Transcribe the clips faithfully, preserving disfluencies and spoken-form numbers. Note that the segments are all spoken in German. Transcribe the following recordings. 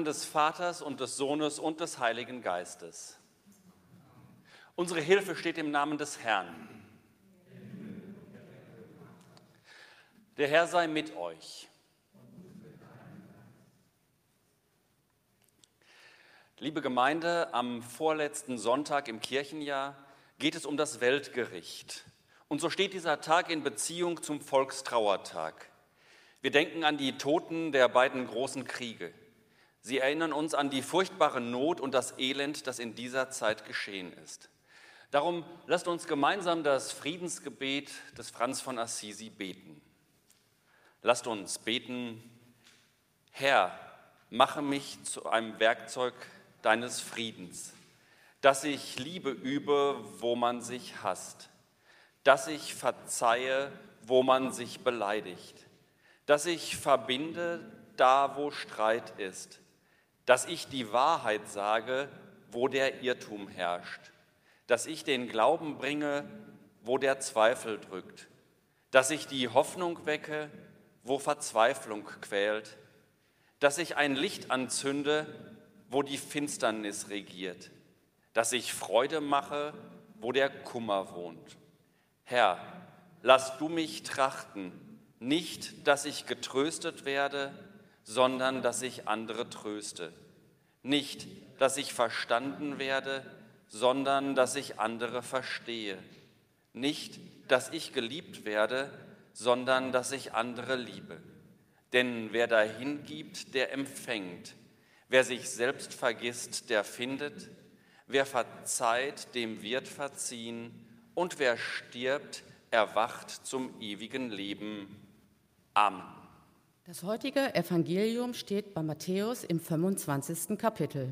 Namen des Vaters und des Sohnes und des Heiligen Geistes. Unsere Hilfe steht im Namen des Herrn. Der Herr sei mit euch. Liebe Gemeinde, am vorletzten Sonntag im Kirchenjahr geht es um das Weltgericht. Und so steht dieser Tag in Beziehung zum Volkstrauertag. Wir denken an die Toten der beiden großen Kriege. Sie erinnern uns an die furchtbare Not und das Elend, das in dieser Zeit geschehen ist. Darum lasst uns gemeinsam das Friedensgebet des Franz von Assisi beten. Lasst uns beten: Herr, mache mich zu einem Werkzeug deines Friedens, dass ich Liebe übe, wo man sich hasst, dass ich verzeihe, wo man sich beleidigt, dass ich verbinde, da wo Streit ist, dass ich die Wahrheit sage, wo der Irrtum herrscht, dass ich den Glauben bringe, wo der Zweifel drückt, dass ich die Hoffnung wecke, wo Verzweiflung quält, dass ich ein Licht anzünde, wo die Finsternis regiert, dass ich Freude mache, wo der Kummer wohnt. Herr, lass du mich trachten, nicht, dass ich getröstet werde, sondern dass ich andere tröste. Nicht, dass ich verstanden werde, sondern dass ich andere verstehe. Nicht, dass ich geliebt werde, sondern dass ich andere liebe. Denn wer dahin gibt, der empfängt. Wer sich selbst vergisst, der findet. Wer verzeiht, dem wird verziehen. Und wer stirbt, erwacht zum ewigen Leben. Amen. Das heutige Evangelium steht bei Matthäus im fünfundzwanzigsten Kapitel.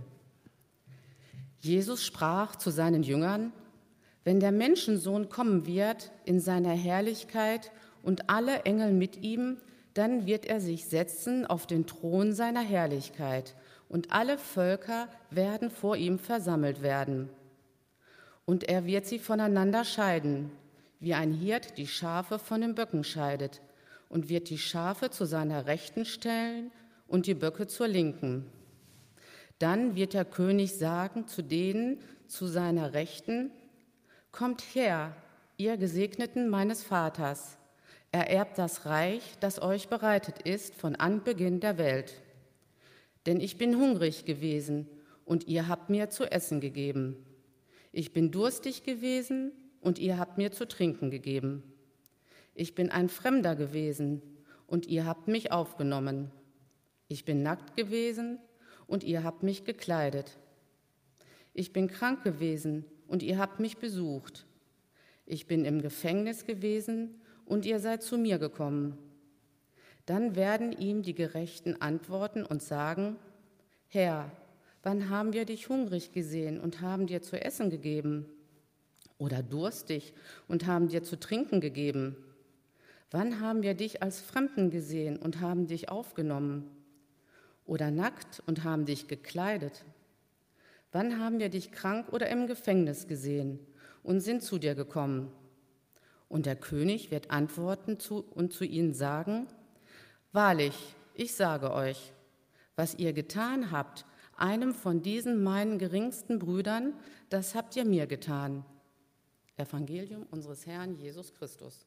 Jesus sprach zu seinen Jüngern: Wenn der Menschensohn kommen wird in seiner Herrlichkeit und alle Engel mit ihm, dann wird er sich setzen auf den Thron seiner Herrlichkeit, und alle Völker werden vor ihm versammelt werden. Und er wird sie voneinander scheiden, wie ein Hirt die Schafe von den Böcken scheidet, und wird die Schafe zu seiner Rechten stellen und die Böcke zur Linken. Dann wird der König sagen zu denen zu seiner Rechten: Kommt her, ihr Gesegneten meines Vaters, ererbt das Reich, das euch bereitet ist von Anbeginn der Welt. Denn ich bin hungrig gewesen, und ihr habt mir zu essen gegeben. Ich bin durstig gewesen, und ihr habt mir zu trinken gegeben. Ich bin ein Fremder gewesen, und ihr habt mich aufgenommen. Ich bin nackt gewesen, und ihr habt mich gekleidet. Ich bin krank gewesen, und ihr habt mich besucht. Ich bin im Gefängnis gewesen, und ihr seid zu mir gekommen. Dann werden ihm die Gerechten antworten und sagen: Herr, wann haben wir dich hungrig gesehen und haben dir zu essen gegeben? Oder durstig und haben dir zu trinken gegeben? Wann haben wir dich als Fremden gesehen und haben dich aufgenommen? Oder nackt und haben dich gekleidet? Wann haben wir dich krank oder im Gefängnis gesehen und sind zu dir gekommen? Und der König wird antworten zu, und zu ihnen sagen: Wahrlich, ich sage euch, was ihr getan habt, einem von diesen meinen geringsten Brüdern, das habt ihr mir getan. Evangelium unseres Herrn Jesus Christus.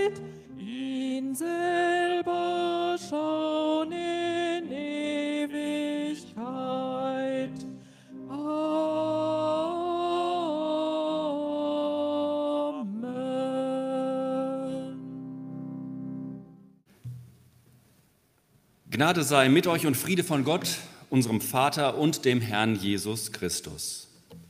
ihn selber schon in Ewigkeit. Gnade sei mit euch und Friede von Gott, unserem Vater und dem Herrn Jesus Christus.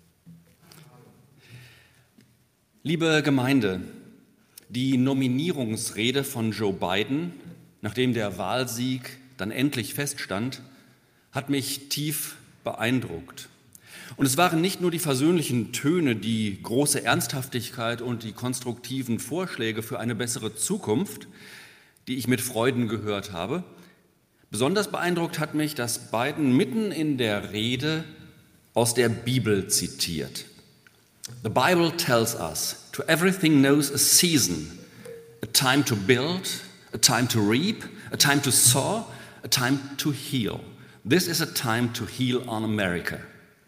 Liebe Gemeinde, die Nominierungsrede von Joe Biden, nachdem der Wahlsieg dann endlich feststand, hat mich tief beeindruckt. Und es waren nicht nur die versöhnlichen Töne, die große Ernsthaftigkeit und die konstruktiven Vorschläge für eine bessere Zukunft, die ich mit Freuden gehört habe. Besonders beeindruckt hat mich, dass Biden mitten in der Rede aus der Bibel zitiert. The Bible tells us, to everything knows a season, a time to build, a time to reap, a time to sow, a time to heal. This is a time to heal on America.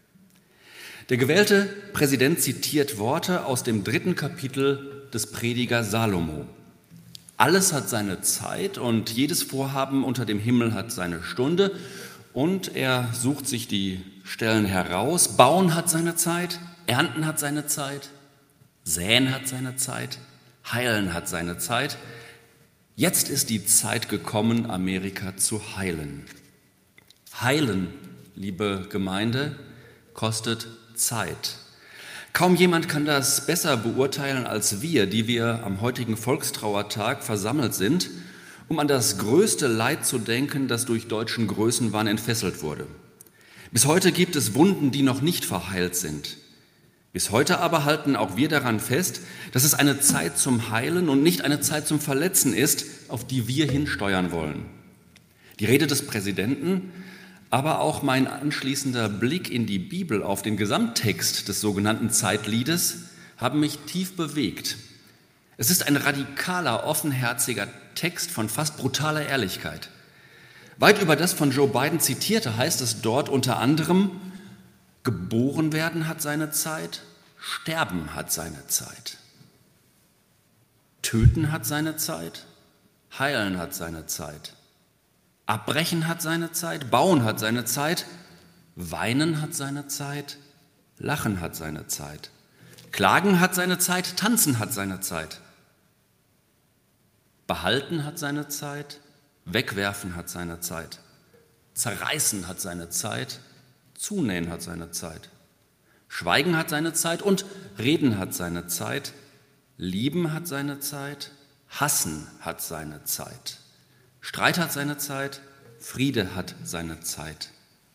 Der gewählte Präsident zitiert Worte aus dem dritten Kapitel des Prediger Salomo. Alles hat seine Zeit und jedes Vorhaben unter dem Himmel hat seine Stunde. Und er sucht sich die Stellen heraus. Bauen hat seine Zeit, Ernten hat seine Zeit, Säen hat seine Zeit, Heilen hat seine Zeit. Jetzt ist die Zeit gekommen, Amerika zu heilen. Heilen, liebe Gemeinde, kostet Zeit. Kaum jemand kann das besser beurteilen als wir, die wir am heutigen Volkstrauertag versammelt sind, um an das größte Leid zu denken, das durch deutschen Größenwahn entfesselt wurde. Bis heute gibt es Wunden, die noch nicht verheilt sind. Bis heute aber halten auch wir daran fest, dass es eine Zeit zum Heilen und nicht eine Zeit zum Verletzen ist, auf die wir hinsteuern wollen. Die Rede des Präsidenten, aber auch mein anschließender Blick in die Bibel auf den Gesamttext des sogenannten Zeitliedes haben mich tief bewegt. Es ist ein radikaler, offenherziger Text von fast brutaler Ehrlichkeit. Weit über das von Joe Biden zitierte heißt es dort unter anderem, geboren werden hat seine Zeit, sterben hat seine Zeit. Töten hat seine Zeit, heilen hat seine Zeit. Abbrechen hat seine Zeit, bauen hat seine Zeit, weinen hat seine Zeit, lachen hat seine Zeit, klagen hat seine Zeit, tanzen hat seine Zeit, behalten hat seine Zeit, wegwerfen hat seine Zeit, zerreißen hat seine Zeit, zunähen hat seine Zeit, schweigen hat seine Zeit und reden hat seine Zeit, lieben hat seine Zeit, hassen hat seine Zeit. Streit hat seine Zeit, Friede hat seine Zeit.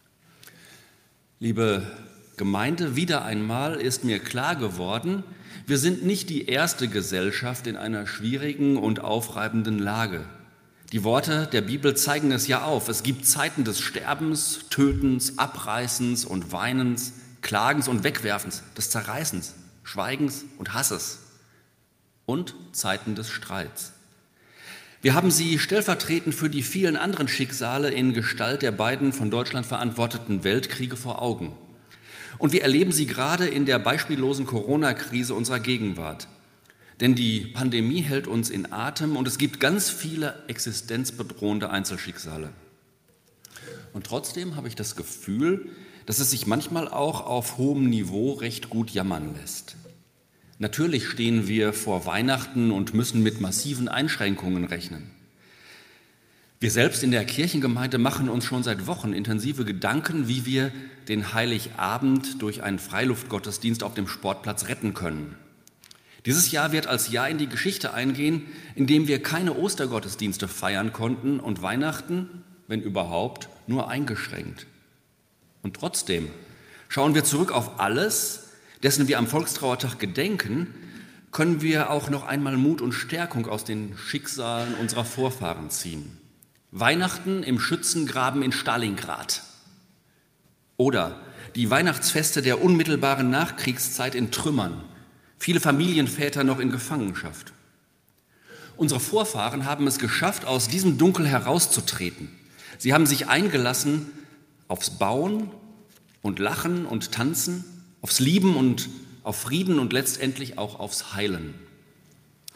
Liebe Gemeinde, wieder einmal ist mir klar geworden, wir sind nicht die erste Gesellschaft in einer schwierigen und aufreibenden Lage. Die Worte der Bibel zeigen es ja auf. Es gibt Zeiten des Sterbens, Tötens, Abreißens und Weinens, Klagens und Wegwerfens, des Zerreißens, Schweigens und Hasses und Zeiten des Streits. Wir haben sie stellvertretend für die vielen anderen Schicksale in Gestalt der beiden von Deutschland verantworteten Weltkriege vor Augen. Und wir erleben sie gerade in der beispiellosen Corona-Krise unserer Gegenwart. Denn die Pandemie hält uns in Atem und es gibt ganz viele existenzbedrohende Einzelschicksale. Und trotzdem habe ich das Gefühl, dass es sich manchmal auch auf hohem Niveau recht gut jammern lässt. Natürlich stehen wir vor Weihnachten und müssen mit massiven Einschränkungen rechnen. Wir selbst in der Kirchengemeinde machen uns schon seit Wochen intensive Gedanken, wie wir den Heiligabend durch einen Freiluftgottesdienst auf dem Sportplatz retten können. Dieses Jahr wird als Jahr in die Geschichte eingehen, in dem wir keine Ostergottesdienste feiern konnten und Weihnachten, wenn überhaupt, nur eingeschränkt. Und trotzdem schauen wir zurück auf alles, dessen wir am Volkstrauertag gedenken, können wir auch noch einmal Mut und Stärkung aus den Schicksalen unserer Vorfahren ziehen. Weihnachten im Schützengraben in Stalingrad oder die Weihnachtsfeste der unmittelbaren Nachkriegszeit in Trümmern, viele Familienväter noch in Gefangenschaft. Unsere Vorfahren haben es geschafft, aus diesem Dunkel herauszutreten. Sie haben sich eingelassen aufs Bauen und Lachen und Tanzen, aufs Lieben und auf Frieden und letztendlich auch aufs Heilen.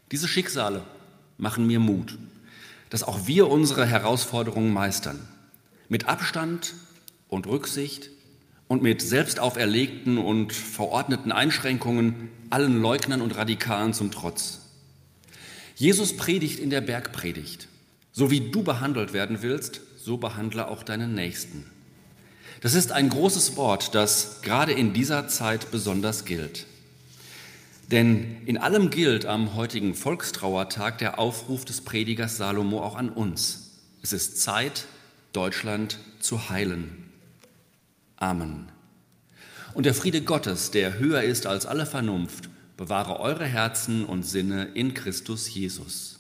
Diese Schicksale machen mir Mut, dass auch wir unsere Herausforderungen meistern. Mit Abstand und Rücksicht und mit selbst auferlegten und verordneten Einschränkungen, allen Leugnern und Radikalen zum Trotz. Jesus predigt in der Bergpredigt: So wie du behandelt werden willst, so behandle auch deinen Nächsten. Das ist ein großes Wort, das gerade in dieser Zeit besonders gilt. Denn in allem gilt am heutigen Volkstrauertag der Aufruf des Predigers Salomo auch an uns. Es ist Zeit, Deutschland zu heilen. Amen. Und der Friede Gottes, der höher ist als alle Vernunft, bewahre eure Herzen und Sinne in Christus Jesus.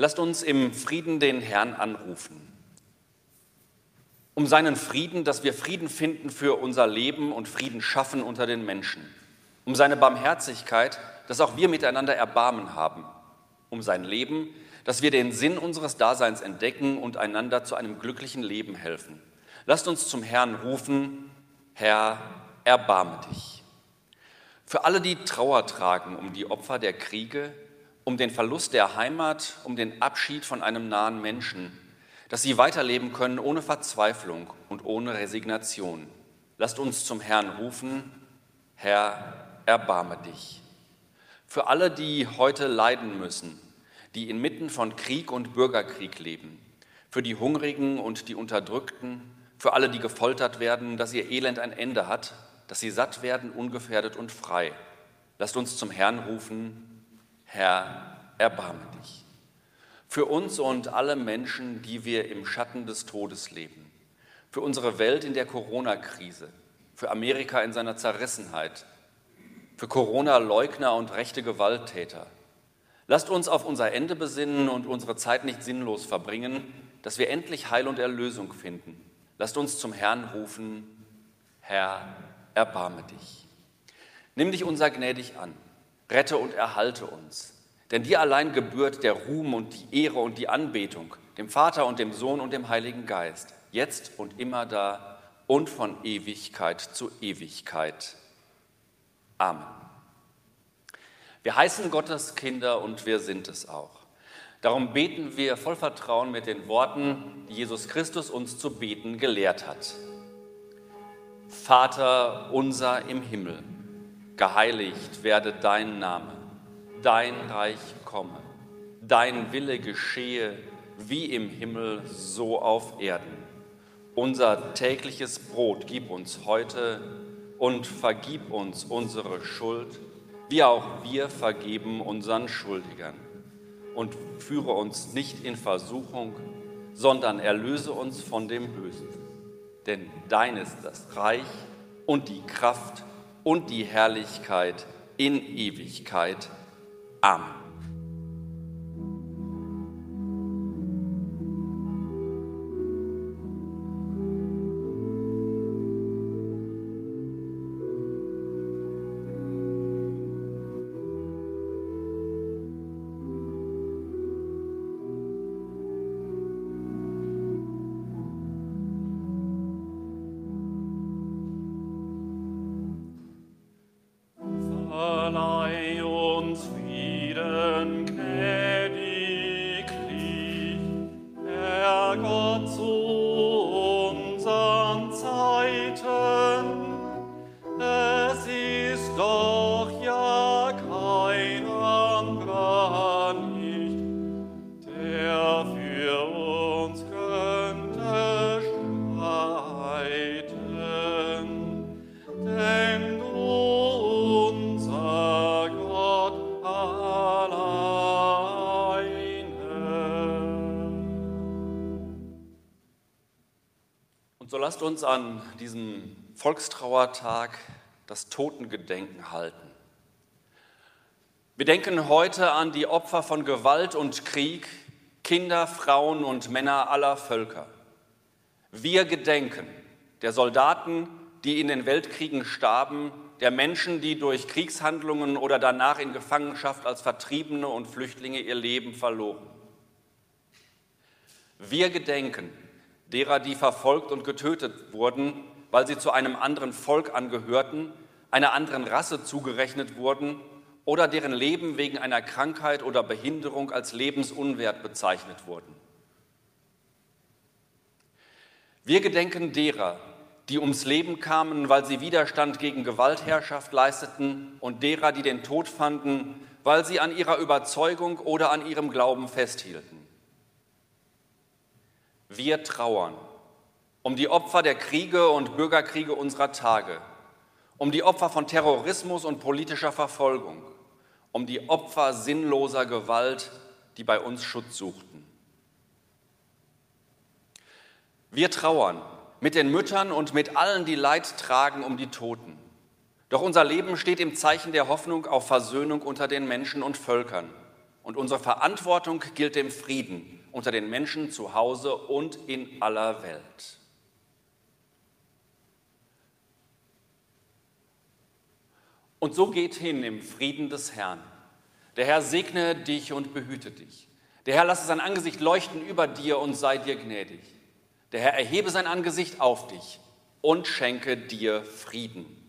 Lasst uns im Frieden den Herrn anrufen. Um seinen Frieden, dass wir Frieden finden für unser Leben und Frieden schaffen unter den Menschen. Um seine Barmherzigkeit, dass auch wir miteinander Erbarmen haben. Um sein Leben, dass wir den Sinn unseres Daseins entdecken und einander zu einem glücklichen Leben helfen. Lasst uns zum Herrn rufen: Herr, erbarme dich. Für alle, die Trauer tragen um die Opfer der Kriege, um den Verlust der Heimat, um den Abschied von einem nahen Menschen, dass sie weiterleben können ohne Verzweiflung und ohne Resignation. Lasst uns zum Herrn rufen: Herr, erbarme dich. Für alle, die heute leiden müssen, die inmitten von Krieg und Bürgerkrieg leben, für die Hungrigen und die Unterdrückten, für alle, die gefoltert werden, dass ihr Elend ein Ende hat, dass sie satt werden, ungefährdet und frei. Lasst uns zum Herrn rufen: Herr, erbarme dich. Für uns und alle Menschen, die wir im Schatten des Todes leben, für unsere Welt in der Corona-Krise, für Amerika in seiner Zerrissenheit, für Corona-Leugner und rechte Gewalttäter. Lasst uns auf unser Ende besinnen und unsere Zeit nicht sinnlos verbringen, dass wir endlich Heil und Erlösung finden. Lasst uns zum Herrn rufen: Herr, erbarme dich. Nimm dich unser gnädig an, rette und erhalte uns. Denn dir allein gebührt der Ruhm und die Ehre und die Anbetung, dem Vater und dem Sohn und dem Heiligen Geist, jetzt und immer da und von Ewigkeit zu Ewigkeit. Amen. Wir heißen Gottes Kinder und wir sind es auch. Darum beten wir voll Vertrauen mit den Worten, die Jesus Christus uns zu beten gelehrt hat. Vater unser im Himmel, geheiligt werde dein Name, dein Reich komme, dein Wille geschehe, wie im Himmel, so auf Erden. Unser tägliches Brot gib uns heute und vergib uns unsere Schuld, wie auch wir vergeben unseren Schuldigern. Und führe uns nicht in Versuchung, sondern erlöse uns von dem Bösen. Denn dein ist das Reich und die Kraft und die Herrlichkeit in Ewigkeit. Amen. Verleih uns Frieden gnädiglich, Herr Gott, zu unseren Zeiten. Es ist doch ja kein anderer nicht, der für uns könnte streiten. Denn Und so lasst uns an diesem Volkstrauertag das Totengedenken halten. Wir denken heute an die Opfer von Gewalt und Krieg, Kinder, Frauen und Männer aller Völker. Wir gedenken der Soldaten, die in den Weltkriegen starben, der Menschen, die durch Kriegshandlungen oder danach in Gefangenschaft als Vertriebene und Flüchtlinge ihr Leben verloren. Wir gedenken derer, die verfolgt und getötet wurden, weil sie zu einem anderen Volk angehörten, einer anderen Rasse zugerechnet wurden oder deren Leben wegen einer Krankheit oder Behinderung als lebensunwert bezeichnet wurden. Wir gedenken derer, die ums Leben kamen, weil sie Widerstand gegen Gewaltherrschaft leisteten, und derer, die den Tod fanden, weil sie an ihrer Überzeugung oder an ihrem Glauben festhielten. Wir trauern um die Opfer der Kriege und Bürgerkriege unserer Tage, um die Opfer von Terrorismus und politischer Verfolgung, um die Opfer sinnloser Gewalt, die bei uns Schutz suchten. Wir trauern mit den Müttern und mit allen, die Leid tragen, um die Toten. Doch unser Leben steht im Zeichen der Hoffnung auf Versöhnung unter den Menschen und Völkern. Und unsere Verantwortung gilt dem Frieden unter den Menschen zu Hause und in aller Welt. Und so geht hin im Frieden des Herrn. Der Herr segne dich und behüte dich. Der Herr lasse sein Angesicht leuchten über dir und sei dir gnädig. Der Herr erhebe sein Angesicht auf dich und schenke dir Frieden.